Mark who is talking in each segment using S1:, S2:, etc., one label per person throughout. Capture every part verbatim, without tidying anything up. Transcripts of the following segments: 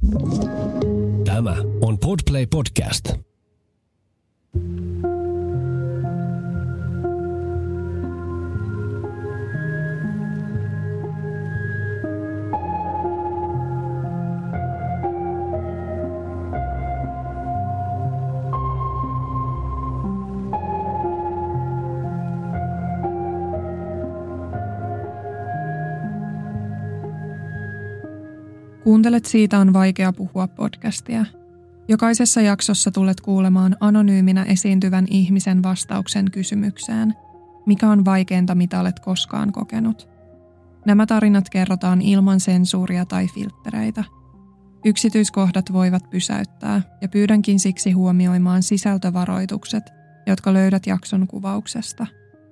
S1: Tämä on Podplay Podcast.
S2: Kuuntelet Siitä on vaikea puhua podcastia. Jokaisessa jaksossa tulet kuulemaan anonyyminä esiintyvän ihmisen vastauksen kysymykseen, mikä on vaikeinta, mitä olet koskaan kokenut. Nämä tarinat kerrotaan ilman sensuuria tai filttereitä. Yksityiskohdat voivat pysäyttää ja pyydänkin siksi huomioimaan sisältövaroitukset, jotka löydät jakson kuvauksesta.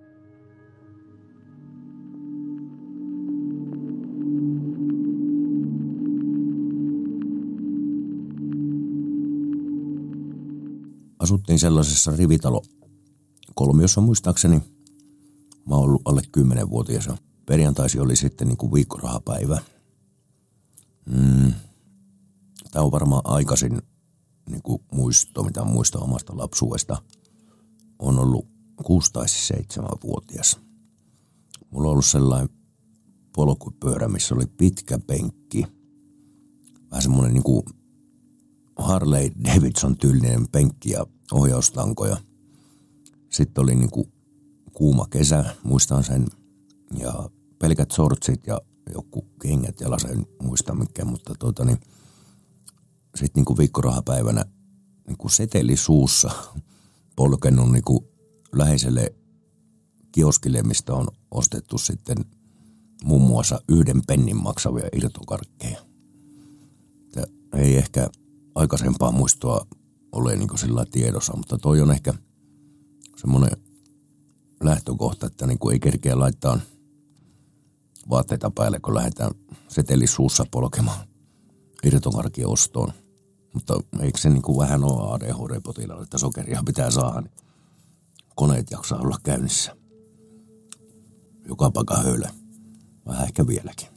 S3: Asuttiin sellaisessa rivitalo-kolmiossa muistaakseni. Mä oon ollut alle kymmenenvuotias. Perjantaisi oli sitten niin kuin viikkorahapäivä. Mm. Tämä on varmaan aikaisin niin kuin muisto, mitä muistaa omasta lapsuudesta. On ollut kuusi tai seitsemänvuotias. Mulla on ollut sellainen polkupyörä, missä oli pitkä penkki. Vähän semmoinen niin kuin Harley Davidson tyylinen penkki ja ohjaustankoja. Sitten oli niinku kuuma kesä, muistan sen, ja pelkät sortsit ja joku kengät jalassa, en muista mikään, mutta tota niin, sitten niinku viikkorahapäivänä niinku seteli suussa polkenut niinku läheiselle kioskille, mistä on ostettu sitten muun muassa yhden pennin maksavia irtokarkkeja. Tää ei ehkä aikaisempaa muistoa ole niin kuin sillä tiedossa, mutta toi on ehkä semmoinen lähtökohta, että niin kuin ei kerkeä laittaa vaatteita päälle, kun lähdetään seteli suussa polkemaan irtokarkien ostoon. Mutta eikö se niin kuin vähän ole A D H D-potilailla, että sokeria pitää saada, niin koneet jaksaa olla käynnissä. Joka paikka höylä. Vähän ehkä vieläkin.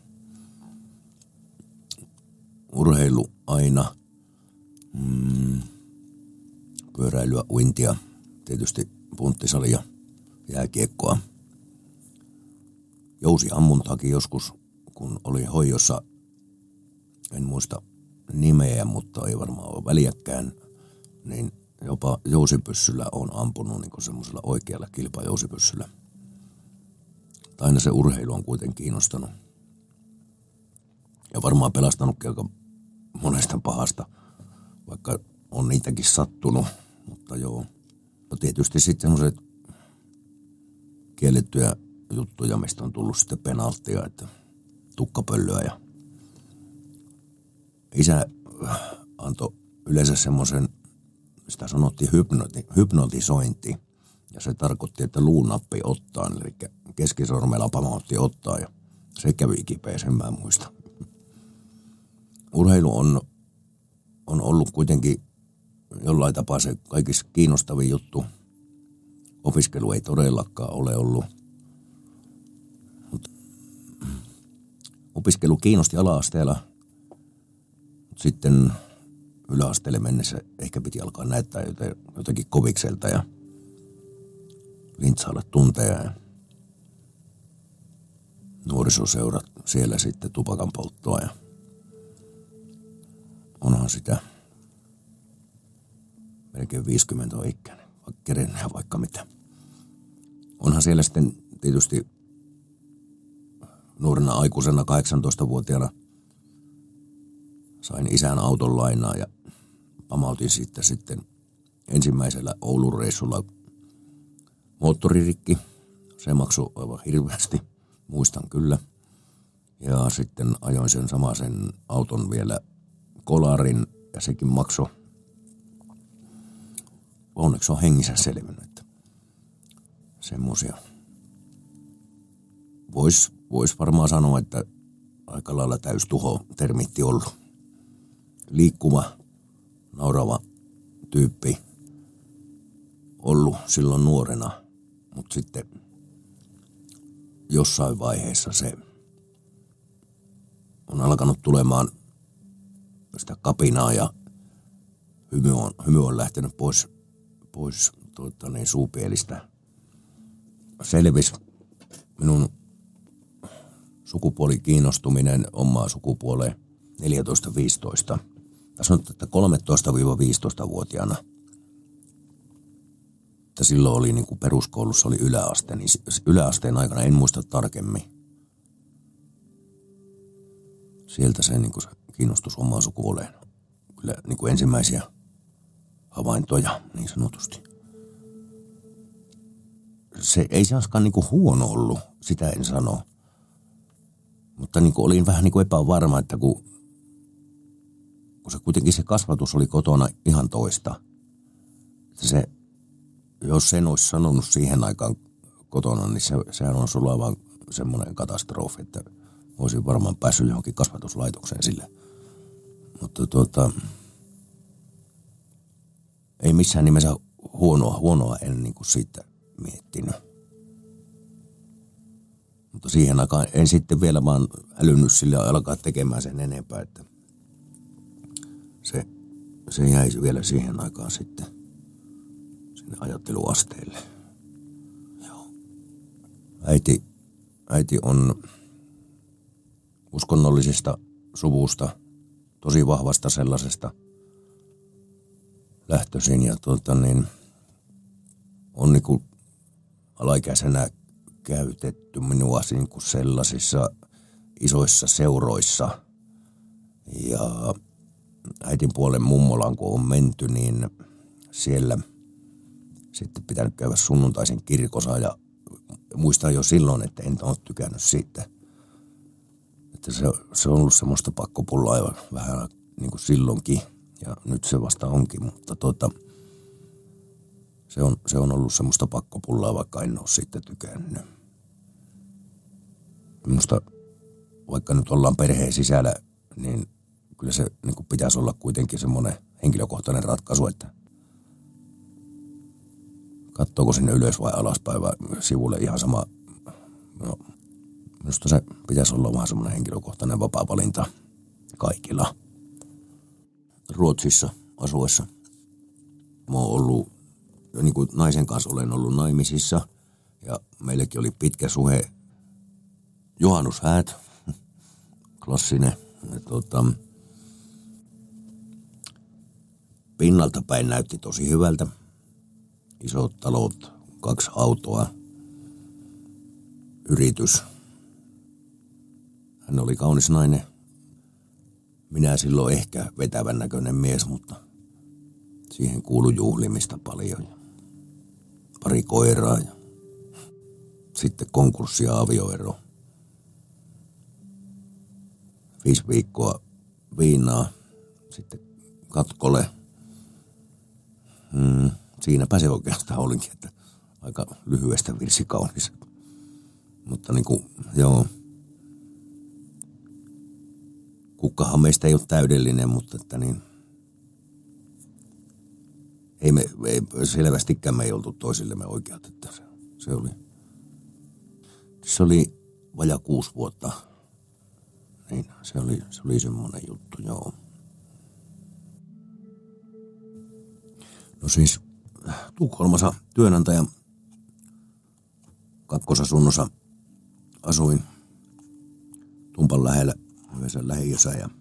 S3: Urheilu aina. Mm, pyöräilyä, uintia, tietysti punttisalia, jääkiekkoa. Jousiammuntaakin joskus, kun oli hoijossa, en muista nimeä, mutta ei varmaan ole väliäkään, niin jopa jousipyssyllä on ampunut niin kuin semmoisella oikealla kilpajousipyssyllä. Aina se urheilu on kuitenkin kiinnostanut. Ja varmaan pelastanutkin aika monesta pahasta, vaikka on niitäkin sattunut, mutta joo. No tietysti sitten semmoiset kiellettyjä juttuja, mistä on tullut sitten penalttia, että tukkapöllöä ja isä antoi yleensä semmoisen, sitä sanottiin hypnoti, hypnotisointi, ja se tarkoitti, että luunappi ottaa, eli keskisormella pamautti ottaa, ja se kävi kipeä, sen mä muistan. Urheilu on on ollut kuitenkin jollain tapaa se kaikista kiinnostavin juttu. Opiskelu ei todellakaan ole ollut. Mut opiskelu kiinnosti ala-asteella, mutta sitten yläasteelle mennessä ehkä piti alkaa näyttää jotenkin kovikselta ja lintsailla tunteja. Ja nuorisoseurat siellä sitten tupakan polttoa ja onhan sitä melkein viisikymmentä on ikäinen, vaikka kerennyt ja vaikka mitä. Onhan siellä sitten tietysti nuorena aikuisena kahdeksantoistavuotiaana sain isän auton lainaa ja pamautin sitten, sitten ensimmäisellä Oulun reissulla moottoririkki. Se maksoi aivan hirveästi, muistan kyllä. Ja sitten ajoin sen samaisen auton vielä kolarin ja sekin maksoi. Onneksi on hengissä selvinnyt, että semmosia. Vois, vois varmaan sanoa, että aika lailla täystuho termitti ollut. Liikkuva, naurava tyyppi ollut silloin nuorena, mutta sitten jossain vaiheessa se on alkanut tulemaan sitä kapinaa ja hymy on, hymy on lähtenyt pois, pois tuota, niin, suupielistä. Selvisi minun sukupuoli kiinnostuminen omaa sukupuoleen neljätoista viisitoista. Tässä on, että kolmetoista viisitoista-vuotiaana. Että silloin oli niin kuin peruskoulussa oli yläaste, niin yläasteen aikana en muista tarkemmin. Sieltä se, niin kuin se kiinnostus omaan sukupuoleen. Kyllä niin kuin ensimmäisiä havaintoja niin sanotusti. Se ei se olisikaan niin kuin huono ollut, sitä en sano. Mutta niin kuin olin vähän niin kuin epävarma, että kun, kun se kuitenkin se kasvatus oli kotona ihan toista. Että se, jos sen olisi sanonut siihen aikaan kotona, niin se, sehän on sulla vaan semmoinen katastrofi, että olisin varmaan päässyt johonkin kasvatuslaitokseen sille. Mutta tuota, ei missään nimessä huonoa, huonoa en niin kuin siitä miettinyt. Mutta siihen aikaan en sitten vielä vaan älynnyt sille alkaa tekemään sen enempää, että se, se jäisi vielä siihen aikaan sitten sinne ajatteluasteelle. Joo. Äiti, äiti on uskonnollisesta suvusta, tosi vahvasta sellaisesta lähtöisin ja tuota niin, on niin kuin alaikäisenä käytetty minua niin kuin sellaisissa isoissa seuroissa ja äitin puolen mummolaan kun on menty, niin siellä sitten pitänyt käydä sunnuntaisin kirkossa ja muistan jo silloin, että en ole tykännyt siitä. Että se, se on ollut semmoista pakkopullaa vähän niin kuin silloinkin ja nyt se vasta onkin, mutta tuota, se, on, se on ollut semmoista pakkopullaa, vaikka en ole siitä tykännyt. Minusta vaikka nyt ollaan perheen sisällä, niin kyllä se niin kuin pitäisi olla kuitenkin semmoinen henkilökohtainen ratkaisu, että katsoako sinne ylös vai alaspäin vai sivulle ihan sama. No, minusta se pitäisi olla vähän semmoinen henkilökohtainen vapaa valinta kaikilla. Ruotsissa asuessa mä oon ollut, niin kuin naisen kanssa olen ollut naimisissa ja meilläkin oli pitkä suhe. Juhannushäät, klassinen. Ja tuota, pinnalta päin näytti tosi hyvältä. Isot talot, kaksi autoa, yritys. Hän oli kaunis nainen. Minä silloin ehkä vetävän näköinen mies, mutta siihen kuului juhlimista paljon. Pari koiraa ja sitten konkurssi ja avioero. Viisi viikkoa viinaa, sitten katkolle. Hmm, siinäpä se oikeastaan olikin, että aika lyhyestä virsi kaunis. Mutta niin kuin, joo. Kukkahan meistä ei ole täydellinen, mutta että niin, ei me, ei, selvästikään me ei oltu toisillemme oikeat, että se, se oli, se oli vajaa kuusi vuotta. Niin, se oli, se oli semmoinen juttu, joo. No siis Tukholmassa työnantajan kakkosasunnossa asuin Tumpan lähellä yhdessä lähiössä ja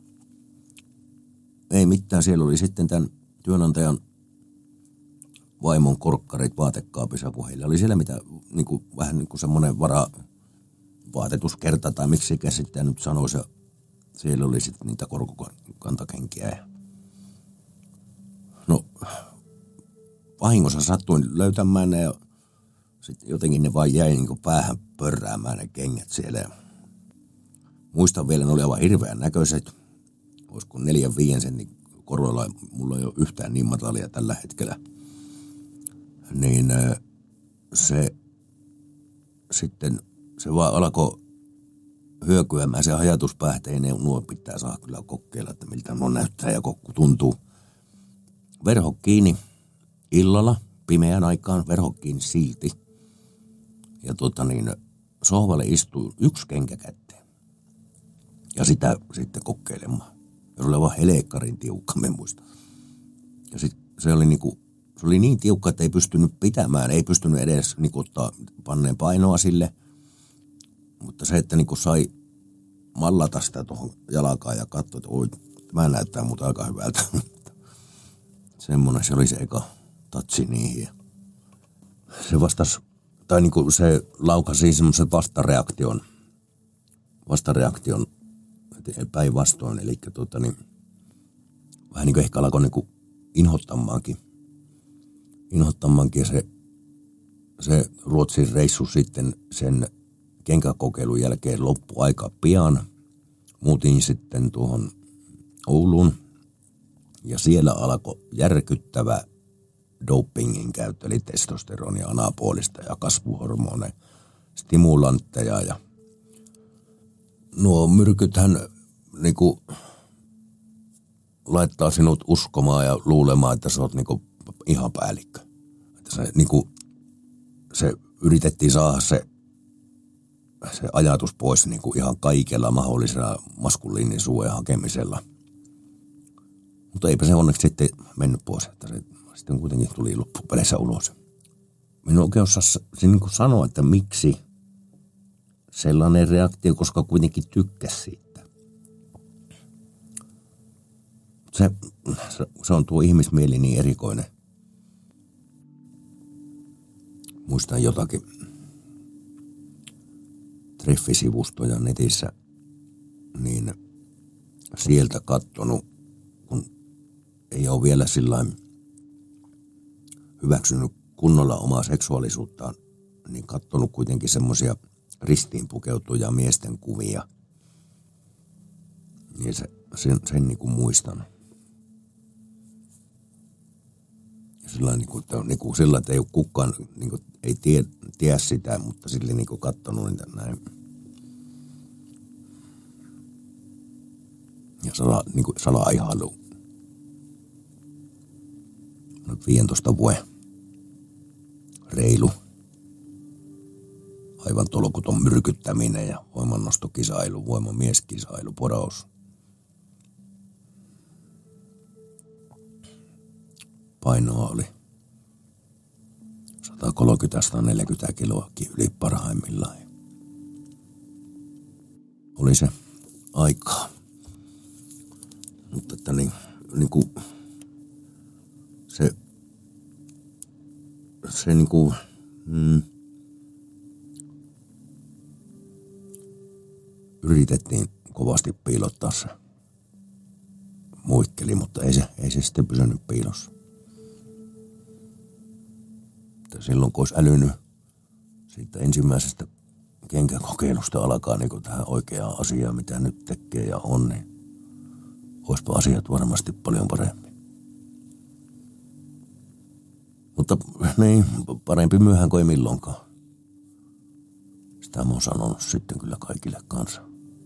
S3: ei mitään, siellä oli sitten tämän työnantajan vaimon korkkarit vaatekaapissa, kun heillä oli siellä mitä, niin kuin, vähän niin kuin semmoinen vara vaatetuskerta tai miksi käsittää nyt sanoisi. Ja siellä oli sitten niitä korkokantakenkiä. No, vahingossa sattuin löytämään ne ja sitten jotenkin ne vaan jäi niin kuin päähän pörräämään ne kengät siellä. Ja muistan vielä, ne oli aivan hirveän näköiset. Olisiko neljän viien sentin koroilla, mulla ei ole yhtään niin matalia tällä hetkellä. Niin se sitten se vaan alkoi hyökyämään se ajatuspäähteineen, nuo pitää saa kyllä kokeilla, että miltä nuo näyttää ja kokku tuntuu. Verho kiinni illalla, pimeän aikaan, verho kiinni silti. Ja tota niin, sohvalle istui yksi kenkä kätteen. Ja sitä sitten kokeilemaan. Ja se oli vaan helekkarin tiukka, me muista. Ja sit se oli niinku, se oli niin tiukka, että ei pystynyt pitämään, ei pystynyt edes niinku ottaa panneen painoa sille. Mutta se, että niinku sai mallata sitä tuohon jalkaan ja katsoa, että oi, tämä näyttää muuta aika hyvältä. Semmoinen se oli se eka tatsi niihin. Se vastasi, tai niinku se laukasi semmoisen vastareaktion, vastareaktion päinvastoin, eli tuota niin, vähän niin kuin ehkä alkoi niin inhottamaankin. Inhottamaankin ja se, se Ruotsin reissu sitten sen kenkäkokeilun jälkeen loppui aika pian. Muutin sitten tuohon Ouluun ja siellä alkoi järkyttävä dopingin käyttö, eli testosteronia, anabolista ja kasvuhormone, stimulantteja ja nuo myrkythän niinku laittaa sinut uskomaan ja luulemaan, että sä oot niinku ihan päällikkö. Että se, niinku, se yritettiin saada se, se ajatus pois niinku ihan kaikella mahdollisella maskuliinisuuden hakemisella. Mutta eipä se onneksi sitten mennyt pois, että se sitten kuitenkin tuli loppupeleissä ulos. Minun oikein osaa niinku sanoa, että miksi sellainen reaktio, koska kuitenkin tykkäsi siitä. Se, se on tuo ihmismieli niin erikoinen. Muistan jotakin treffisivustoja netissä, niin sieltä katsonut, kun ei ole vielä sillain hyväksynyt kunnolla omaa seksuaalisuuttaan, niin katsonut kuitenkin semmoisia ristiin pukeutuvia miesten kuvia. Niin se, sen, sen niin kuin muistan. Sillä niin kuin, niin kuin, sillä, että ei ole kukaan, niin kuin, ei tie, tiedä sitä, mutta sille niin kuin katsonut niitä näin. Ja sala, niin kuin sala-ihailu. Nyt viidentoista vuoden reilu. Aivan tolkuton myrkyttäminen ja voimannostokisailu, voimamieskisailu, poraus. Painoa oli sata kolmekymmentä neljäkymmentä kiloakin yli parhaimmillaan. Oli se aikaa. Mutta että niin, niin kuin se, se niin kuin, mm, yritettiin kovasti piilottaa se muikkeli, mutta ei se, ei se sitten pysynyt piilossa. Silloin kun olisi älynyt siitä ensimmäisestä kenkäkokeilusta alkaa niin tähän oikeaan asiaan, mitä nyt tekee ja on, niin olisipa asiat varmasti paljon paremmin. Mutta niin, parempi myöhään kuin ei milloinkaan. Sitä mä oon sanonut sitten kyllä kaikille kanssa.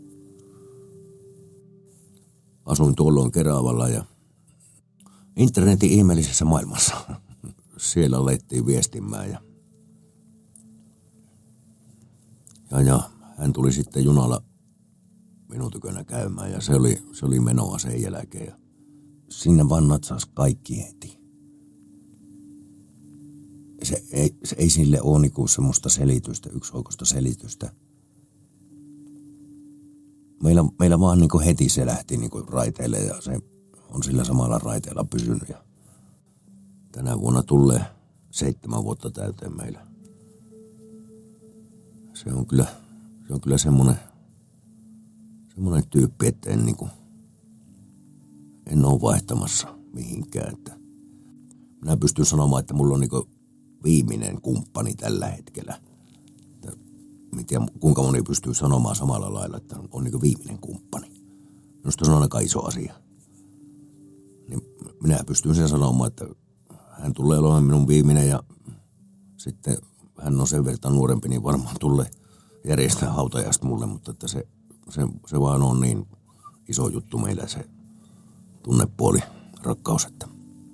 S3: Asuin tuolloin Keravalla ja internetin ihmeellisessä maailmassa. Siellä alettiin viestimään ja, ja, ja hän tuli sitten junalla minun tykönä käymään ja se oli, se oli menoa sen jälkeen. Ja sinne vaan natsas kaikki heti. Se ei, se ei sille ole niinku semmoista selitystä, yksioikoista selitystä. Meillä, meillä vaan niinku heti se lähti niinku raiteille ja se on sillä samalla raiteella pysynyt. Ja tänä vuonna tulee seitsemän vuotta täyteen meillä. Se on kyllä, se on kyllä semmoinen, semmoinen tyyppi, että en niinku, en ole vaihtamassa mihinkään. Että minä pystyn sanomaan, että mulla on niinku viimeinen kumppani tällä hetkellä. En tiedä, kuinka moni pystyy sanomaan samalla lailla, että on niinku viimeinen kumppani. Minusta se on aika iso asia. Niin minä pystyn sen sanomaan, että hän tulee olemaan minun viimeinen ja sitten hän on sen verran nuorempi, niin varmaan tulee järjestää hautajasta mulle, mutta että se, se, se vaan on niin iso juttu meillä se tunnepuoli, rakkaus, että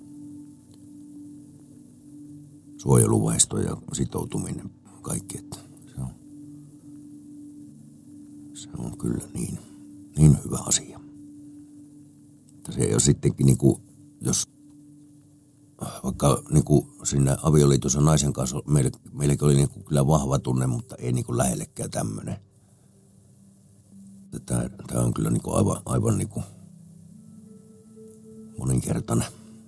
S3: suojeluvaisto ja sitoutuminen, kaikki, että se on, se on kyllä niin, niin hyvä asia. Että se ei ole sittenkin niinku, jos vaikka niinku siinä avioliitossa naisen kanssa, meillä, meilläkin oli niinku kyllä vahva tunne, mutta ei niinku lähellekään tämmöinen. Tämä, tämä on kyllä niinku aivan, aivan niinku moninkertainen.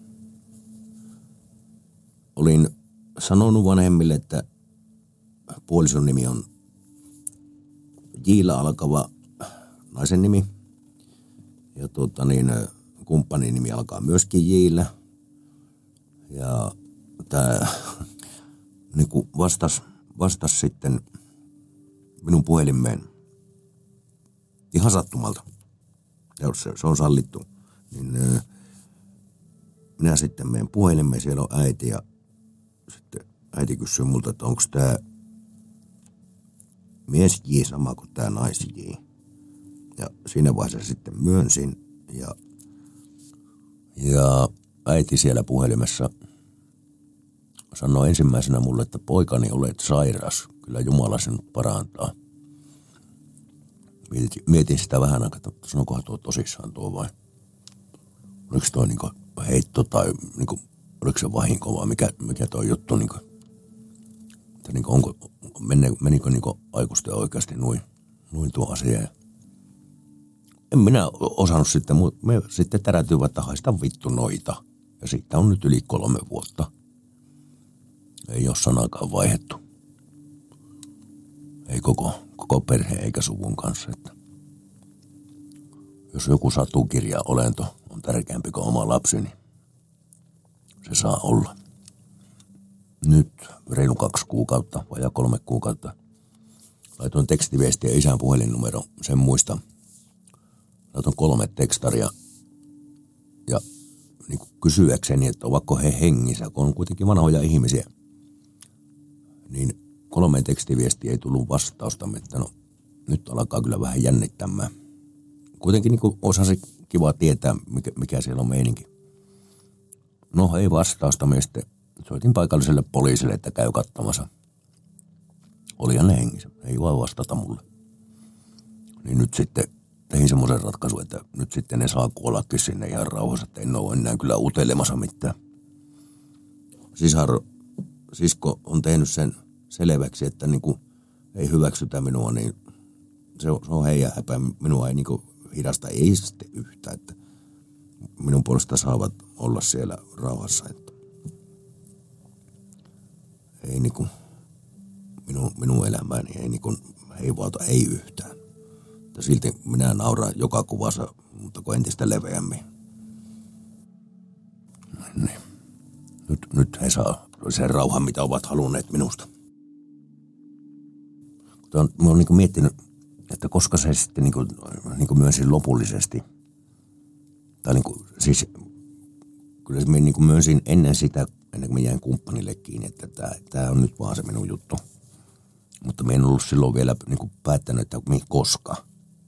S3: Olin sanonut vanhemmille, että puolison nimi on Jillä alkava naisen nimi. Ja tuota niin, kumppanin nimi alkaa myöskin Jillä. Ja tämä niin vastasi vastas sitten minun puhelimeen ihan sattumalta. Ja se, se on sallittu. Niin minä sitten menen puhelimeen, siellä on äiti ja sitten äiti kysyy multa, että onko tämä mies J sama kuin tämä nais J. Ja siinä vaiheessa sitten myönsin ja, ja äiti siellä puhelimessa sanoi ensimmäisenä mulle, että poikani olet sairas, kyllä Jumala sinut parantaa. Mietin, mietin sitä vähän aikaa, että sanokohan tuo tosissaan tuo vai oliko tuo niinku heitto tai niinku, oliko se vahinko vai mikä, mikä tuo juttu niinku, että niinku onko, menikö, menikö niinku aikuisten oikeasti noin, noin tuo asia. En minä osannut sitten, me sitten tärätyivät, että haista vittu noita. Ja siitä on nyt yli kolme vuotta. Ei ole sanakaan vaihdettu. Ei koko, koko perhe eikä suvun kanssa. Että jos joku satukirja olento on tärkeämpi kuin oma lapsi, niin se saa olla. Nyt reilu kaksi kuukautta, vajaa kolme kuukautta. Laitoin tekstiviestiä isän puhelinnumero, sen muista. Laitoin kolme tekstaria ja niin kuin kysyäkseni, että ovatko he hengissä, kun on kuitenkin vanhoja ihmisiä. Niin kolmeen tekstiviestiä ei tullut vastausta, että no nyt alkaa kyllä vähän jännittämään. Kuitenkin niin kuin osasi kiva tietää, mikä, mikä siellä on meininki. No ei vastausta, me sitten soitin paikalliselle poliisille, että käy katsomassa. Olihan ne hengissä, ei vaan vastata mulle. Niin nyt sitten tein semmoisen ratkaisun, että nyt sitten ne saa kuollakin sinne ihan rauhassa, että en ole enää kyllä utelemassa mitään. Sisar, sisko on tehnyt sen selväksi, että niin kuin ei hyväksytä minua, niin se on, se on heidän häpeä. Minua ei niin kuin hidasta, ei sitten yhtään, että minun puolesta saavat olla siellä rauhassa. Että ei niin kuin minun, minun elämääni ei niin kuin heivauta, ei yhtään. Ja silti minä nauraan joka kuvassa, mutta kun entistä leveämmin. Niin. Nyt, nyt he saa sen rauhan, mitä ovat halunneet minusta. Mä oon niin kuin miettinyt, että koska se sitten niin kuin, niin kuin myönsin lopullisesti. Tai niin kuin, siis kyllä se niin kuin myönsin ennen sitä, ennen kuin mä jäin kumppanille kiinni, että tämä, tämä on nyt vaan se minun juttu. Mutta mä en ollut silloin vielä niin kuin päättänyt, että koska.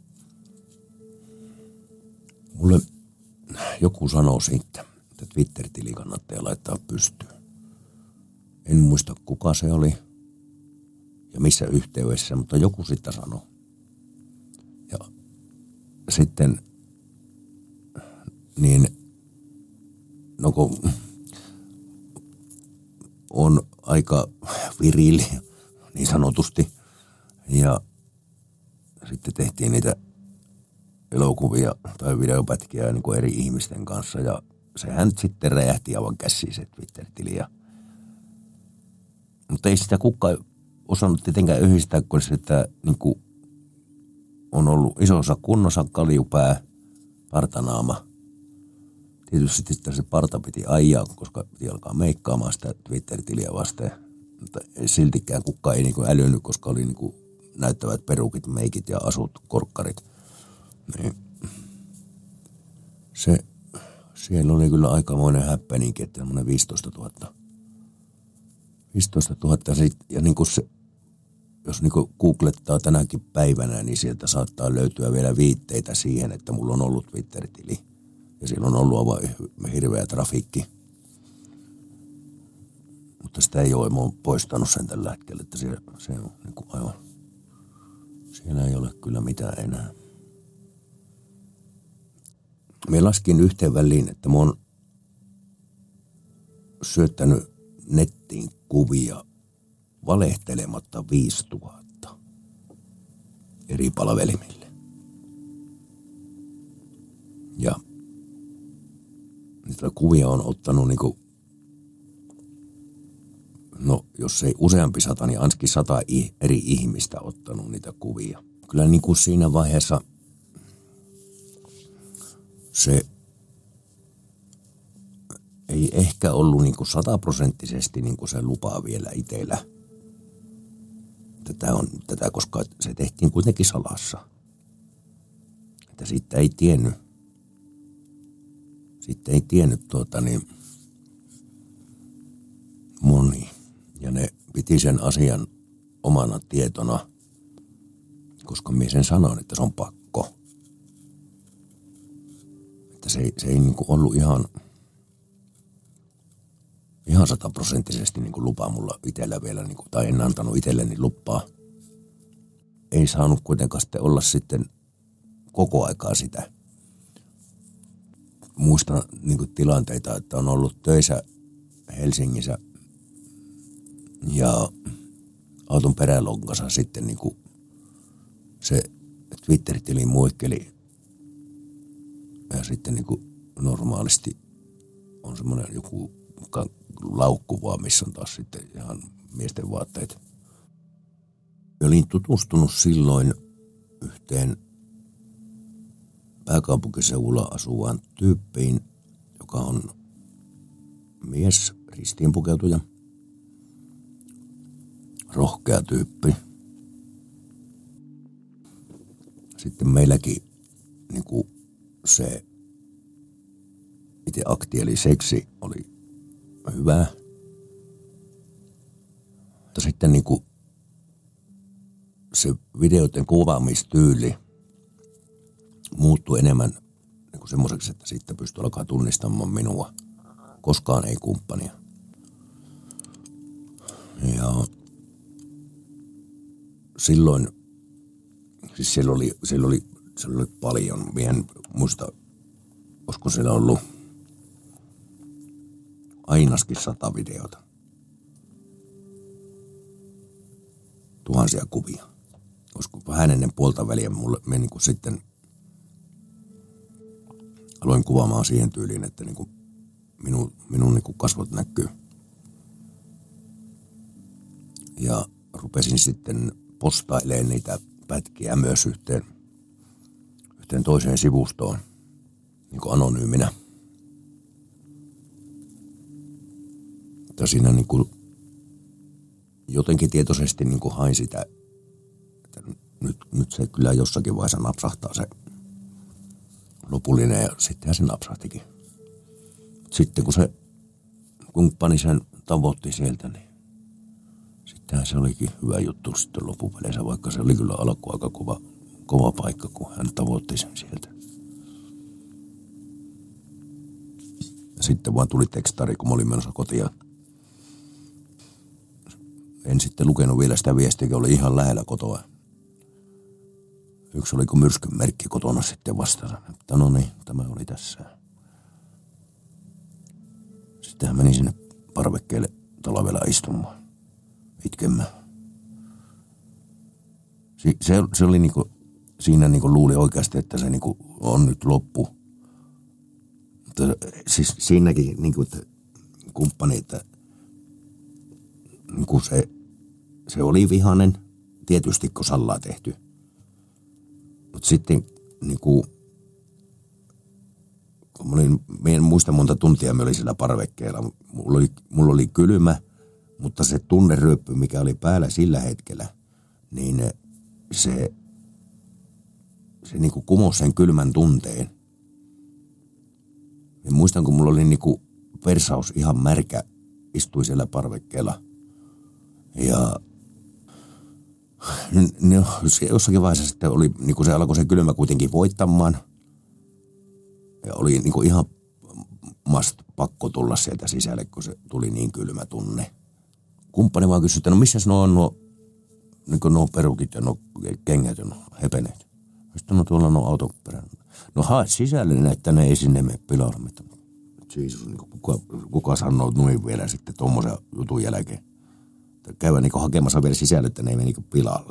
S3: Mulle joku sanoi siitä, että Twitter-tili kannattaa laittaa pystyyn. En muista kuka se oli ja missä yhteydessä, mutta joku sitä sanoi. Ja sitten, niin, no kun on aika virili, niin sanotusti, ja sitten tehtiin niitä elokuvia tai videopätkiä niin kuin eri ihmisten kanssa, ja sehän sitten räjähti aivan käsiin se Twitter-tili. Ja mutta ei sitä kukaan osannut tietenkään yhdistää, kun sitä niin kuin on ollut isossa kunnossa kaljupää, partanaama. Tietysti sitten se parta piti ajaa, koska piti alkaa meikkaamaan sitä Twitter-tiliä vasten. Mutta siltikään kukaan ei niin kuin älynyt, koska oli niin kuin näyttävät perukit, meikit ja asut, korkkarit. Niin se, siellä oli kyllä aikamoinen häppäninkin, että semmoinen viisitoista tuhatta. viisitoista tuhatta ja niin kuin se, jos niin kuin googlettaa tänäkin päivänä, niin sieltä saattaa löytyä vielä viitteitä siihen, että mulla on ollut Twitter-tili. Ja siellä on ollut aivan hirveä trafiikki. Mutta sitä ei ole, mä oon poistanut sen tällä hetkellä, että se, se on niin kuin aivan, siellä ei ole kyllä mitään enää. me laskin yhteen väliin, että mä oon syöttänyt nettiin kuvia valehtelematta viisituhatta eri palvelimille. Ja niitä kuvia on ottanut niinku, no jos ei useampi sata, niin ainakin sata eri ihmistä ottanut niitä kuvia. Kyllä niinku siinä vaiheessa se ei ehkä ollut niinku sataprosenttisesti niinku se lupa vielä itsellä. Tätä, on, tätä, koska se tehtiin kuitenkin salassa. Että siitä ei tiennyt. Sitten ei tiennyt tuota niin moni. Ja ne piti sen asian omana tietona, koska minä sen sanoin, että se on pakko. Että se, se ei niinku ollut ihan, ihan sataprosenttisesti niinku lupa mulla itsellä vielä, niinku, tai en antanut itselleni lupaa. Ei saanut kuitenkaan sitten olla sitten koko aikaa sitä. Muistan niinku tilanteita, että on ollut töissä Helsingissä ja auton perälonkassa sitten niinku se Twitter-tili muikkeli ja sitten niinku normaalisti on semmoinen joku laukku vaan, missä on taas sitten ihan miesten vaatteet. Olin tutustunut silloin yhteen pääkaupunkiseudulla asuvaan tyyppiin, joka on mies, ristiinpukeutuja, rohkea tyyppi. Sitten meilläkin niin kuin se itse akti eli seksi oli hyvä. Mutta sitten niin kuin se videoiden kuvaamistyyli muuttui enemmän niin kuin semmoiseksi, että sitten pystyy alkaa tunnistamaan minua. Koskaan ei kumppania. Ja silloin, siis siellä oli, siellä oli, siellä oli paljon, minä en muista, olisiko siellä ollut ainakin sata videota. Tuhansia kuvia. Olisiko vähän ennen puolta väliä mulle me niin kuin sitten aloin kuvaamaan siihen tyyliin, että niin kuin minun, minun niin kuin kasvot näkyy. Ja rupesin sitten postailemaan niitä pätkiä myös yhteen, yhteen toiseen sivustoon, niin kuin anonyyminä. Mutta siinä niin kuin jotenkin tietoisesti niin kuin hain sitä, että nyt, nyt se kyllä jossakin vaiheessa napsahtaa se lopullinen, ja sittenhän se napsahtikin. Sitten kun se kumppani sen tavoitti sieltä, niin sittenhän se olikin hyvä juttu sitten loppupeleissä, vaikka se oli kyllä alkuun aika kova, kova paikka, kun hän tavoitti sen sieltä. Ja sitten vaan tuli tekstari, kun mä olin menossa kotiin. En sitten lukenut vielä sitä viestiä, oli ihan lähellä kotoa. Yksi oli kuin myrskyn merkki kotona sitten vastata, että no niin, tämä oli tässä. Sitten hän meni sinne parvekkeelle talvella istumaan, itkemään. Se, se, se oli niinku, siinä niinku luuli oikeasti, että se niinku on nyt loppu. Mutta siis siinäkin niinku, että kumppani, että niinku se, se oli vihainen, tietysti kun sallaa tehty. Mutta sitten niinku, kun mä olin, mä en muista monta tuntia me oli sillä parvekkeella. Mulla oli, mulla oli kylmä, mutta se tunneryöppy, mikä oli päällä sillä hetkellä, niin se, se niinku kumosi sen kylmän tunteen. Ja muistan, kun mulla oli niinku persaus ihan märkä, istui siellä parvekkeella. Ja no, jossakin vaiheessa sitten oli, niinku se alkoi se kylmä kuitenkin voittamaan. Ja oli niinku ihan mast pakko tulla sieltä sisälle, kun se tuli niin kylmä tunne. Kumppani vaan kysyi, että no missäs nuo on nuo, niin nuo perukit ja nuo kengät ja nuo hepeneet. Sitten no tuolla nuo auton perään. No hae sisälle, että ne ei sinne mene pilalle. Mitä Jeesus, niin kuka, kuka sanoo noin vielä sitten tuommoisen jutun jälkeen? Käydä niin hakemassa vielä sisälle, että ne ei mene niin pilalle.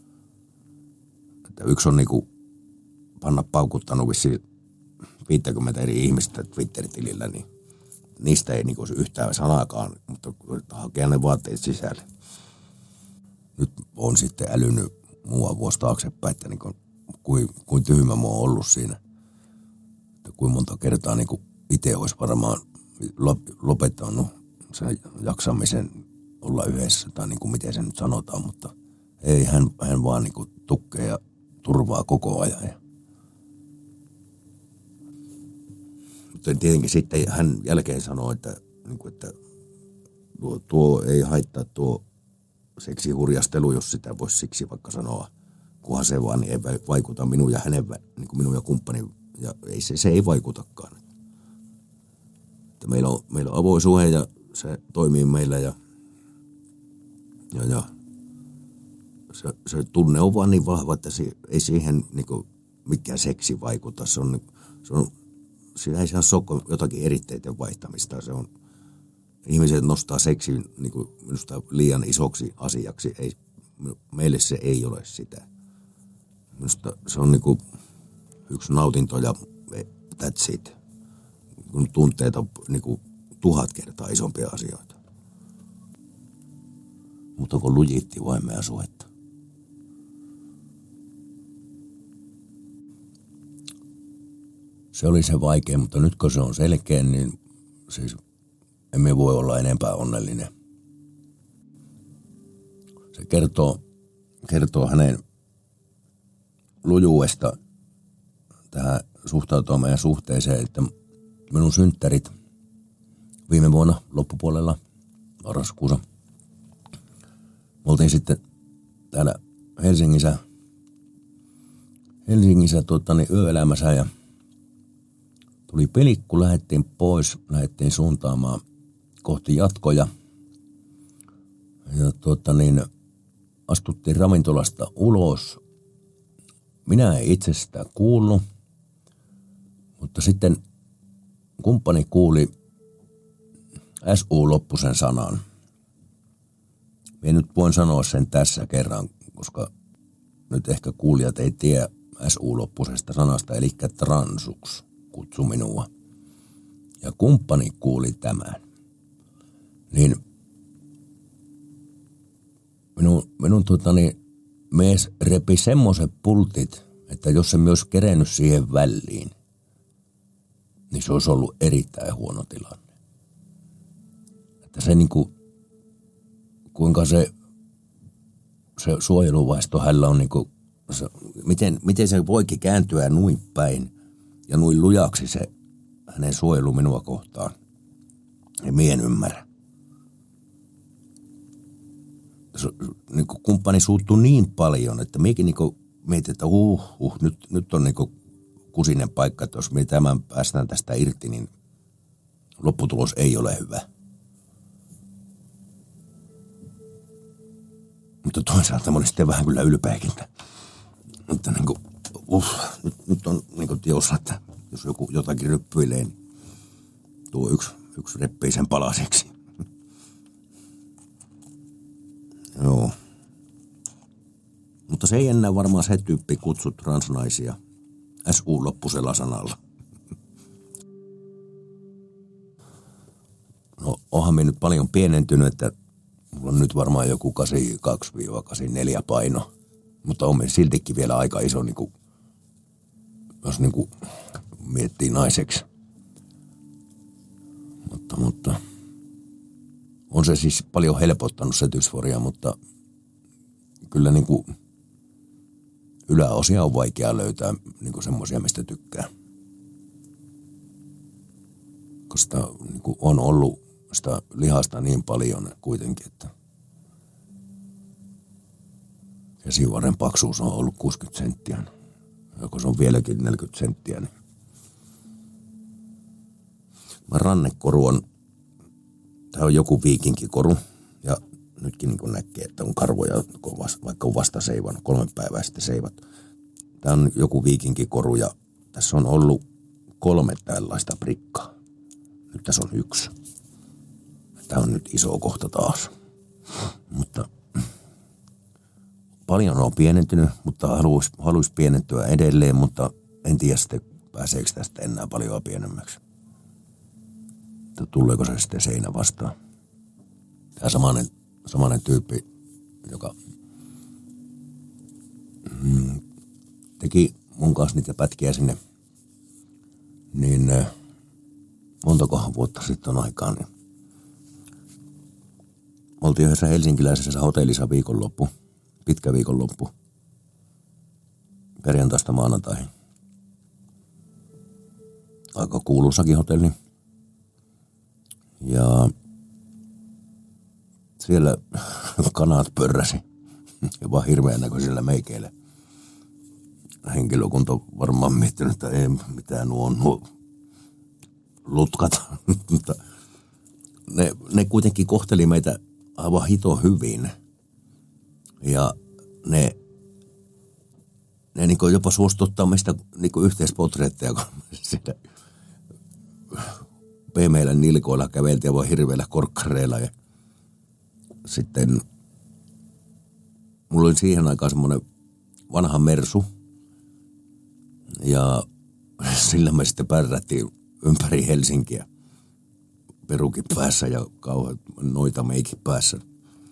S3: Että yksi on niin kuin panna paukuttanut vissiin viisikymmentä eri ihmistä Twitter-tilillä, niin niistä ei niin kuin yhtään sanaakaan, mutta hakea ne vaatteet sisälle. Nyt on sitten älynyt mua vuosi taaksepäin, että niin kuin, kuin, kuin tyhmä mä oon ollut siinä. Että kuin monta kertaa niin kuin itse olisi varmaan lopettanut sen jaksamisen olla yhdessä, tai niin kuin miten se nyt sanotaan, mutta ei, hän, hän vaan niin kuin tukkee ja turvaa koko ajan. Mutta tietenkin sitten hän jälkeen sanoi, että, niin kuin, että tuo, tuo ei haittaa tuo seksihurjastelu, jos sitä voisi siksi vaikka sanoa, kunhan se vaan ei vaikuta minun ja hänen, niin kuin minun ja kumppanin, ja ei, se, se ei vaikutakaan. Että meillä on, meillä on avoin suhe ja se toimii meillä ja, ja, ja se, se tunne on vaan niin vahva, että se, ei siihen niin kuin, mikään seksi vaikuta. Se on, se on, siinä ei saa ole jotakin eritteiden vaihtamista. Se on, ihmiset nostaa seksin niin kuin minusta liian isoksi asiaksi. Ei, meille se ei ole sitä. Minusta se on niin kuin yksi nautinto ja that's it. Kun tunteet on niin kuin tuhat kertaa isompia asioita. Mutta kun lujitti vain meidän suhetta. Se oli se vaikea, mutta nyt kun se on selkeä, niin siis emme voi olla enempää onnellinen. Se kertoo, kertoo hänen lujuudesta tähän suhtautua meidän suhteeseen, että minun synttärit viime vuonna loppupuolella marraskuussa. Me oltiin sitten täällä Helsingissä, Helsingissä tuota, niin yöelämässä ja tuli pelikku, lähdettiin pois, lähdettiin suuntaamaan kohti jatkoja. Ja tuota, niin, astuttiin ravintolasta ulos. Minä en itse sitä kuullut, mutta sitten kumppani kuuli S U-loppusen sanan. Minä nyt voin sanoa sen tässä kerran, koska nyt ehkä kuulijat ei tiedä S U-loppusesta sanasta, eli transuks kutsu minua. Ja kumppani kuuli tämän. Niin minun, minun tuotani mies repi semmoiset pultit, että jos se myös kerennyt siihen väliin, niin se olisi ollut erittäin huono tilanne. Että se niinku, kuinka se, se suojeluvaisto hänellä on niinku, se, miten, miten se voikin kääntyä noin päin ja noin lujaksi se hänen suojelu minua kohtaan. Ja mie en ymmärrä. Se, niinku kumppani suuttui niin paljon, että miekin niinku mietin, että uh, uh, nyt, nyt on niinku kusinen paikka, että jos me tämän päästään tästä irti, niin lopputulos ei ole hyvä. Mutta toisaalta mä olin sitten vähän kyllä ylpeäkin. Mutta niin kuin, uh, nyt, nyt on niin kuin tiossa, että jos joku jotakin ryppyilee, niin tuo yksi, yksi reppii sen palaseksi. Joo. Mutta se ei enää varmaan se tyyppi kutsu transnaisia S U-loppusella sanalla. No, onhan me nyt paljon pienentynyt, että mulla on nyt varmaan joku kahdeksankymmentäkaksi kahdeksankymmentäneljä paino. Mutta on me siltikin vielä aika iso, niin kuin, jos niin kuin miettii naiseksi. Mutta, mutta on se siis paljon helpottanut se dysforia, mutta kyllä niin kuin yläosia on vaikea löytää niin kuin semmoisia, mistä tykkää. Koska niin kuin on ollut sitä lihasta niin paljon kuitenkin, että käsivarren paksuus on ollut kuusikymmentä senttiä. Joko se on vieläkin neljäkymmentä senttiä. Niin. Mä rannekoru on, tää on joku viikinkikoru. Ja nytkin niin näkee, että on karvoja, vaikka on vasta seivannut, kolme päivää sitten seivat. Tää on joku viikinkikoru ja tässä on ollut kolme tällaista prikkaa. Nyt tässä on yksi. Tämä on nyt iso kohta taas. Mutta paljon on pienentynyt, mutta haluaisi haluais pienentyä edelleen, mutta en tiedä sitten pääseekö tästä enää paljon pienemmäksi. Tuleeko se sitten seinä vastaan. Tämä samainen, samainen tyyppi, joka mm, teki mun kanssa niitä pätkiä sinne, niin äh, montakohan vuotta sitten on aikaa, niin oltiin yhdessä helsinkiläisessä hotellissa viikonloppu, pitkä viikonloppu, perjantaista maanantaihin. Aika kuuluisakin hotelli. Ja siellä kanat pörräsi ja vaan hirveän näköisillä meikeillä. Henkilökunta on varmaan miettinyt, että ei mitään nuo, nuo lutkat, mutta ne, ne kuitenkin kohteli meitä aivan hito hyvin. Ja ne, ne niin jopa suostuttaa meistä niin yhteispotreetteja, kun sitä pehmeillä nilkoilla käveltiin vaan hirveillä korkkareilla. Ja sitten mulla oli siihen aikaan semmoinen vanha Mersu. Ja sillä me sitten pärrättiin ympäri Helsinkiä. Perukin päässä ja kauhean noita meikin päässä.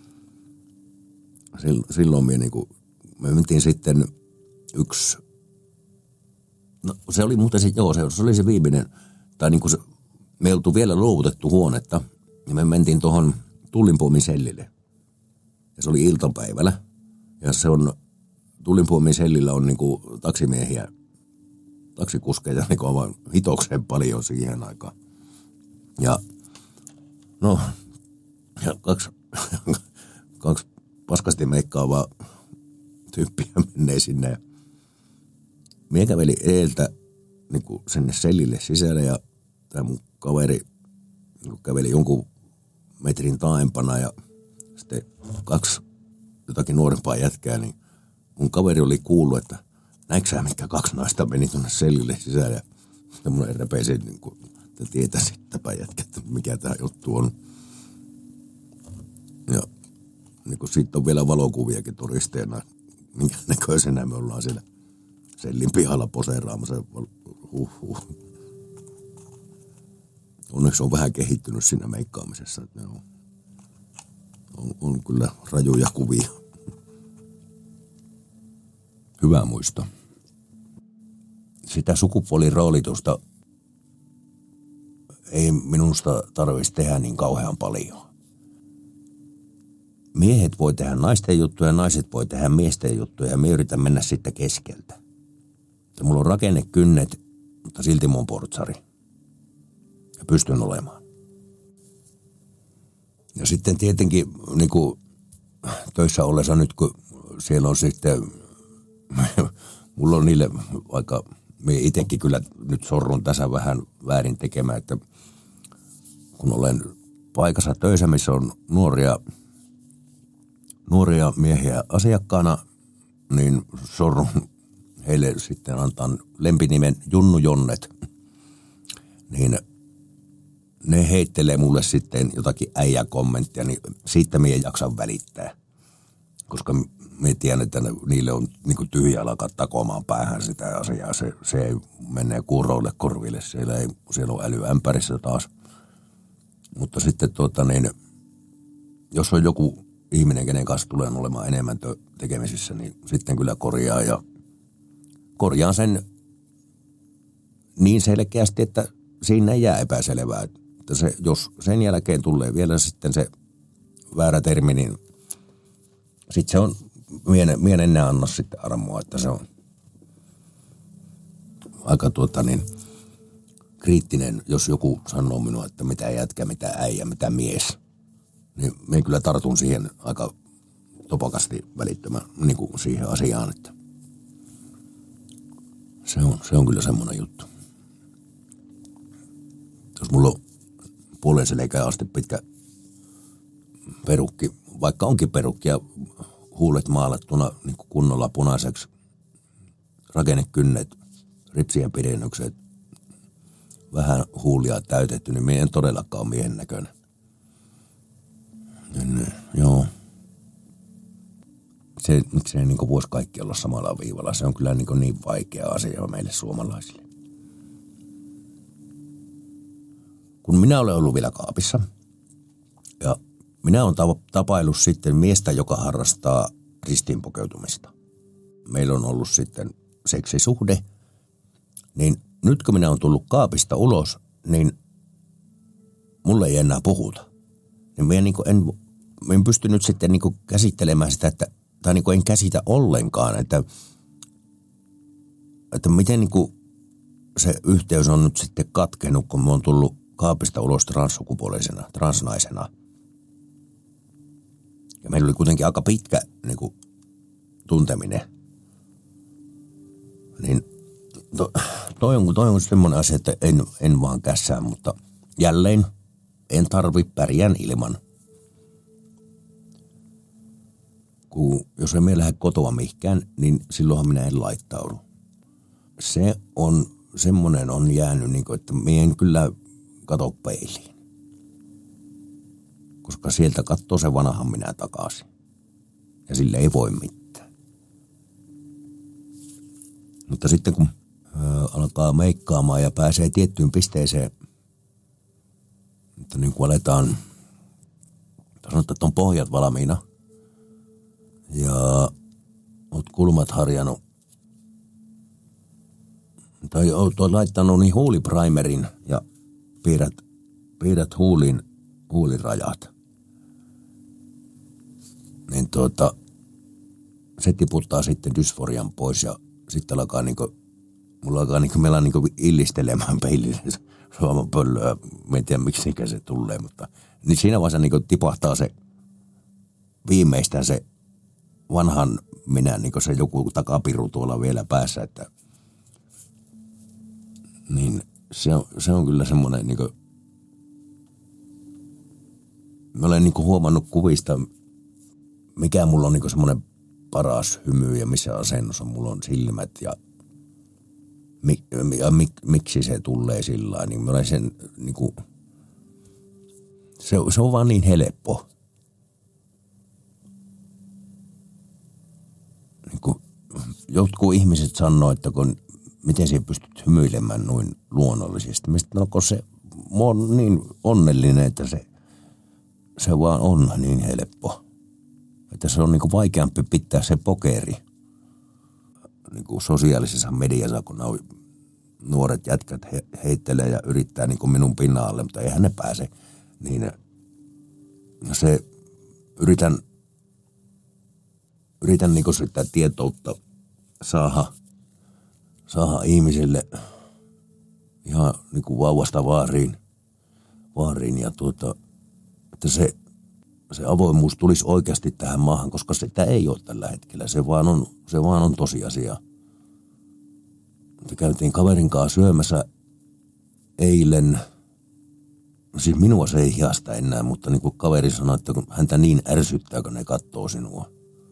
S3: Silloin me, niin kuin, me mentiin sitten yksi, no se oli muuten se, joo, se, se oli se viimeinen, tai niin kuin se, me ei oltu vielä luovutettu huonetta, ja me mentiin tuohon Tullinpuomin sellille. Ja se oli iltapäivällä, ja se on, Tullinpuomin sellillä on niin kuin taksimiehiä, taksikuskeja niin kuin aivan hitokseen paljon siihen aikaan. Ja no, ja kaksi, kaksi paskasti meikkaavaa tyyppiä menee sinne. Ja minä kävelin edeltä niin kuin sinne sellille sisälle ja tämä mun kaveri niin käveli jonkun metrin taaempana ja sitten kaksi jotakin nuorempaa jätkää, niin mun kaveri oli kuullut, että näetkö sä, mitkä kaksi naista meni tuonne sellille sisälle ja sitten mun repeisi, niin kuin, että tietäisi, että jätkä, että mikä tämä juttu on. Ja niin kuin siitä on vielä valokuviakin todisteena, minkä näköisenä me ollaan siellä sellin pihalla poseeraamassa. Huhhuh. Onneksi on vähän kehittynyt siinä meikkaamisessa. Että on, on, on kyllä rajuja kuvia. Hyvä muisto. Sitä sukupuoliroolitusta ei minusta tarvitsisi tehdä niin kauhean paljon. Miehet voi tehdä naisten juttuja, naiset voi tehdä miesten juttuja ja me yritän mennä sitten keskeltä. Ja mulla on rakennekynnet, mutta silti mun portsari. Ja pystyn olemaan. Ja sitten tietenkin niin kuin töissä ollessa nyt, kun siellä on sitten, mulla on niille, vaikka me itsekin kyllä nyt sorrun tässä vähän väärin tekemään, että kun olen paikassa töissä, missä on nuoria, nuoria miehiä asiakkaana, niin sorrun heille sitten antaa lempinimen Junnu Jonnet. Niin ne heittelee mulle sitten jotakin äijäkommenttia, niin siitä minä jaksan välittää. Koska minä tiedän, että ne, niille on niin kuin tyhjä alkaa takomaan päähän sitä asiaa. Se, se menee kuuroille korville, siellä, ei, siellä on älyämpärissä taas. Mutta sitten tuota niin, jos on joku ihminen, kenen kanssa tulee olemaan enemmän tekemisissä, niin sitten kyllä korjaa ja korjaan sen niin selkeästi, että siinä ei jää epäselvää. Että se, jos sen jälkeen tulee vielä sitten se väärä termi, niin sitten se on, mien, mien ennen anna sitten armoa, että se on aika tuota niin kriittinen, jos joku sanoo minua, että mitä jätkä, mitä äijä, mitä mies. Niin minä kyllä tartun siihen aika topakasti välittömän niin kuin siihen asiaan, että se on, se on kyllä semmoinen juttu. Jos mulla on puolen selkään asti pitkä perukki, vaikka onkin perukki ja huulet maalattuna niin kuin kunnolla punaiseksi, rakennekynnet ripsien pidennykset, vähän huulia täytetty, niin minä en todellakaan ole miehen näköinen. Niin, joo. Se, miksi ei niin voisi kaikki olla samalla viivalla? Se on kyllä niin, niin vaikea asia meille suomalaisille. Kun minä olen ollut vielä kaapissa ja minä olen tapaillut sitten miestä, joka harrastaa ristiinpukeutumista. Meillä on ollut sitten seksisuhde, niin nyt kun minä olen tullut kaapista ulos, niin mulle ei enää puhuta. Niin minä niin en, en pystynyt sitten niin käsittelemään sitä, että, tai niin en käsitä ollenkaan, että, että miten niin se yhteys on nyt sitten katkenut, kun minä olen tullut kaapista ulos transsukupuolisena, transnaisena. Ja meillä oli kuitenkin aika pitkä niin kuin, tunteminen. Niin to, toi on, toi on semmoinen asia, että en, en vaan kässää, mutta jälleen en tarvi pärjään ilman. Kun, jos emme lähde kotoa mihinkään, niin silloinhan minä en laittaudu. Se on, semmoinen on jäänyt, niin kuin, että minä en kyllä kato peiliin. Koska sieltä katsoo se vanhan minä takaisin. Ja sille ei voi mitään. Mutta sitten kun ää, alkaa meikkaamaan ja pääsee tiettyyn pisteeseen, että niin kuin aletaan, sanotaan, että on pohjat valmiina ja oot kulmat harjannut tai oot laittanut niin huuliprimerin ja piirrät, piirrät huulin, huulirajat, niin tuota, se tiputtaa sitten dysforian pois ja sitten alkaa niinku, mulla alkaa niinku, meillä on niinku illistelemään peilille suoman pöllöä. Mä en tiedä miksi se tulee, mutta niin siinä vaiheessa niinku tipahtaa se viimeistään se vanhan minä, niinku se joku takapiru tuolla vielä päässä, että niin se on, se on kyllä semmoinen niinku, mä olen niinku huomannut kuvista, mikä mulla on niinku semmoinen paras hymy ja missä asennossa mulla on silmät ja, mi, ja mik, miksi se tulee sillä lailla, niin mä olen sen niinku, se, se on vaan niin helppo. Niinku, jotkut ihmiset sanoo, että kun, miten sä pystyt hymyilemään noin luonnollisesti. Mistä no, kun se, mä oon niin onnellinen, että se, se vaan on niin helppo. Että se on niinku vaikeampi pitää se pokeri niinku sosiaalisessa mediassa, kun nämä nuoret jätkät he, heittelee ja yrittää niinku minun pinnalle, mutta eihän ne pääse. Niin se yritän, yritän niinku sitä tietoutta saada, saada ihmisille ihan niinku vauvasta vaariin, vaariin ja tuota, että se se avoimuus tulisi oikeasti tähän maahan, koska sitä ei ole tällä hetkellä. Se vaan on, se vaan on tosiasia. Me käytiin kaverin kanssa syömässä eilen. Siis minua se ei hiasta enää, mutta niin kuin kaveri sanoi, että kun häntä niin ärsyttää, kun ne katsoo sinua.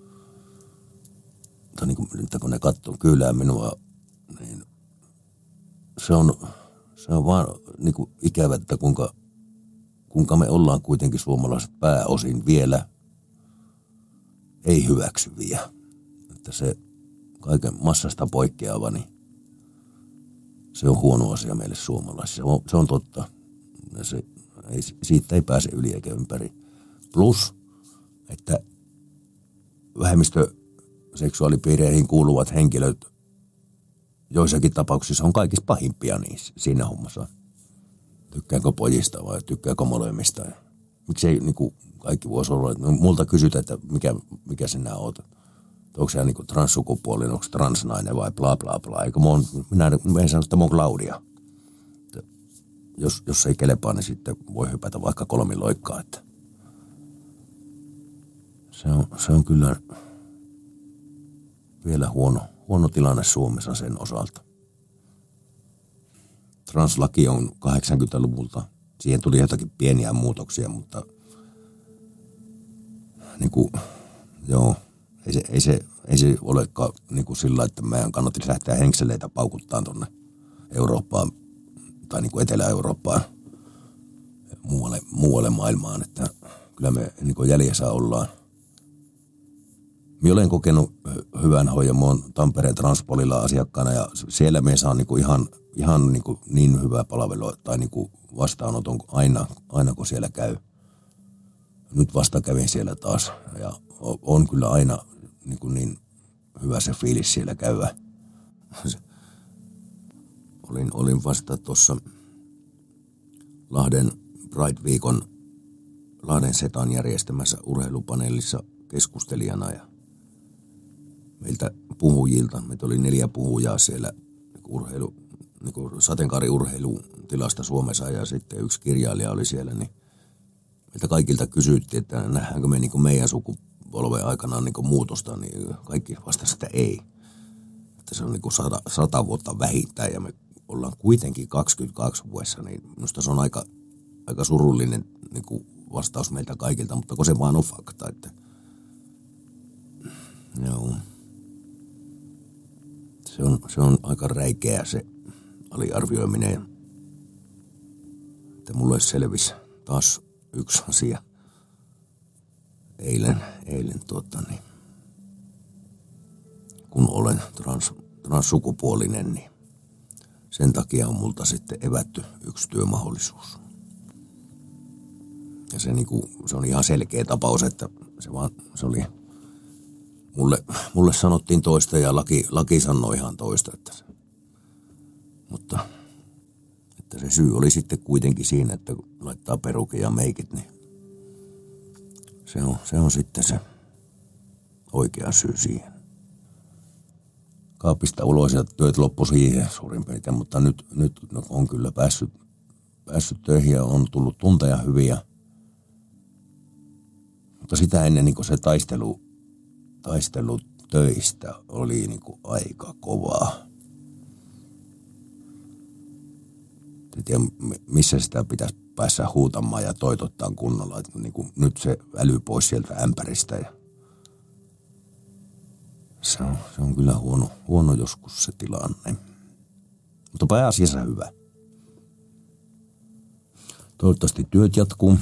S3: Tai niin kuin, että kun ne katsoo kylää minua, niin se on, se on vaan niin kuin ikävä, että kuinka kuinka me ollaan kuitenkin suomalaiset pääosin vielä ei hyväksyviä. Että se kaiken massasta poikkeava, niin se on huono asia meille suomalaisille. Se on, se on totta. Se, ei, siitä ei pääse yli eikä ympäri. Plus, että vähemmistöseksuaalipiireihin kuuluvat henkilöt joissakin tapauksissa on kaikista pahimpia niissä, siinä hommassa. Tykkääkö pojista vai tykkääkö molemmista? Miksei niin kuin kaikki voisi olla, että multa kysytään, että mikä, mikä sinä oot. Onko se niin transsukupuolinen, onko transnainen vai bla bla bla. Eikö mä oon, minä, minä en sano, että mä oon Claudia. Että jos, jos ei kelepaa, niin sitten voi hypätä vaikka kolmiloikkaa. Että se, on, se on kyllä vielä huono, huono tilanne Suomessa sen osalta. Translaki on kahdeksankymmentäluvulta. Siihen tuli jotakin pieniä muutoksia, mutta niin kuin, joo, Ei se, ei se, ei se olekaan niin kuin sillä, että meidän kannattaisi lähteä henkseleitä paukuttaa tuonne Eurooppaan tai niin kuin Etelä-Eurooppaan muualle, muualle maailmaan. Että kyllä me niin kuin jäljessä ollaan. Minä olen kokenut hyvän hoidon. Minä olen Tampereen Transpolilla asiakkaana ja siellä me saa niin kuin ihan, ihan niin, kuin niin hyvää palvelua tai niin kuin vastaanoton aina, aina kun siellä käy. Nyt vasta kävin siellä taas ja on kyllä aina niin, kuin niin hyvä se fiilis siellä käydä. Olin, olin vasta tuossa Lahden Pride-viikon Lahden Setan järjestämässä urheilupaneelissa keskustelijana ja meiltä puhujilta, meitä oli neljä puhujaa siellä urheilu, niin kuin sateenkaariurheilutilasta Suomessa ja sitten yksi kirjailija oli siellä, niin meiltä kaikilta kysyttiin, että nähdäänkö me niin kuin meidän sukupolven aikana niin kuin muutosta, niin kaikki vastasivat, että ei. Että se on niin kuin sata, sata vuotta vähintään ja me ollaan kuitenkin kaksikymmentäkaksi vuodessa, niin minusta se on aika, aika surullinen niin kuin vastaus meiltä kaikilta, mutta kun se vaan on fakta, että joo. Se on, se on aika räikeä se aliarvioiminen. Että mulle selvisi taas yksi asia eilen, eilen tuota, niin, kun olen trans, transsukupuolinen, niin sen takia on multa sitten evätty yksi työmahdollisuus. Ja se, niin kuin, se on ihan selkeä tapaus, että se, vaan, se oli... Mulle, mulle sanottiin toista ja laki, laki sanoi ihan toista, että se, mutta että se syy oli sitten kuitenkin siinä, että kun laittaa perukin ja meikit, niin se on, se on sitten se oikea syy siihen. Kaapista ulos ja työt loppu siihen suurin piirtein, mutta nyt, nyt on kyllä päässyt, päässyt töihin ja on tullut tunteja hyviä. Mutta sitä ennen niin kuin se taistelu, taistelu töistä oli niin kuin aika kovaa. En tiedä, missä sitä pitäisi päässä huutamaan ja toitottaa kunnolla. Että niin kuin nyt se äly pois sieltä ämpäristä. Ja se, on, se on kyllä huono, huono joskus se tilanne. Mutta pääasiassa hyvä. Toivottavasti työt jatkuu.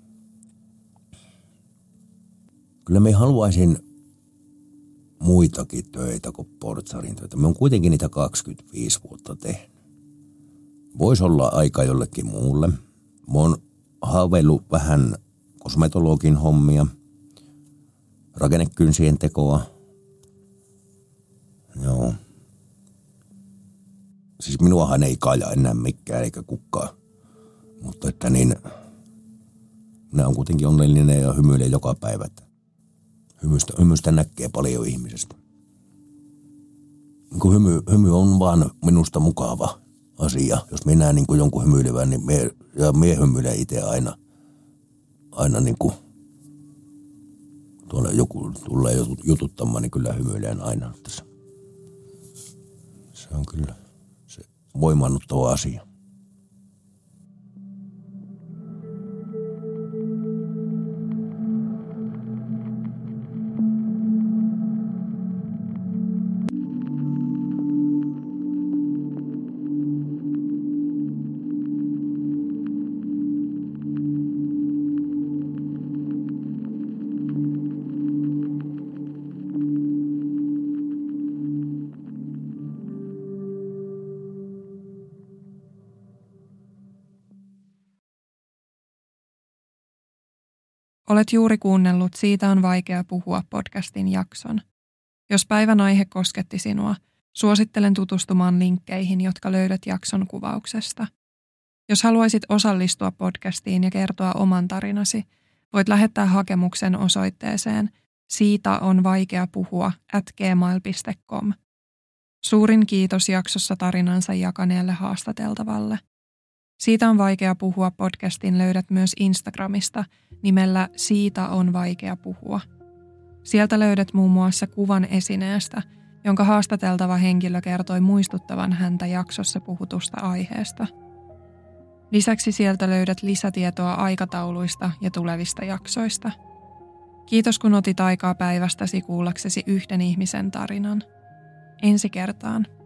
S3: Kyllä me haluaisin muitakin töitä kuin portsarin töitä. Me on kuitenkin niitä kaksikymmentäviisi vuotta tehnyt. Voisi olla aika jollekin muulle. Mä oon haaveillut vähän kosmetologin hommia, rakennekynsien tekoa. Joo. Siis minuahan ei kaja enää mikään eikä kukaan. Mutta että niin, minä on kuitenkin onnellinen ja hymyilen joka päivä. Hymystä, hymystä näkee paljon ihmisestä. Niin hymy, hymy on vaan minusta mukava asia. Jos minä näen niin kuin jonkun hymyilevän, niin mie, ja mie hymyilen itse aina. Aina niin kuin tuolla joku tulee jututtamaan, niin kyllä hymyilen aina. Se on kyllä se voimannuttava asia.
S2: Olet juuri kuunnellut Siitä on vaikea puhua podcastin jakson. Jos päivän aihe kosketti sinua, suosittelen tutustumaan linkkeihin, jotka löydät jakson kuvauksesta. Jos haluaisit osallistua podcastiin ja kertoa oman tarinasi, voit lähettää hakemuksen osoitteeseen siitä on vaikea puhua at gmail piste com. Suurin kiitos jaksossa tarinansa jakaneelle haastateltavalle. Siitä on vaikea puhua podcastin löydät myös Instagramista nimellä Siitä on vaikea puhua. Sieltä löydät muun muassa kuvan esineestä, jonka haastateltava henkilö kertoi muistuttavan häntä jaksossa puhutusta aiheesta. Lisäksi sieltä löydät lisätietoa aikatauluista ja tulevista jaksoista. Kiitos kun otit aikaa päivästäsi kuullaksesi yhden ihmisen tarinan. Ensi kertaan.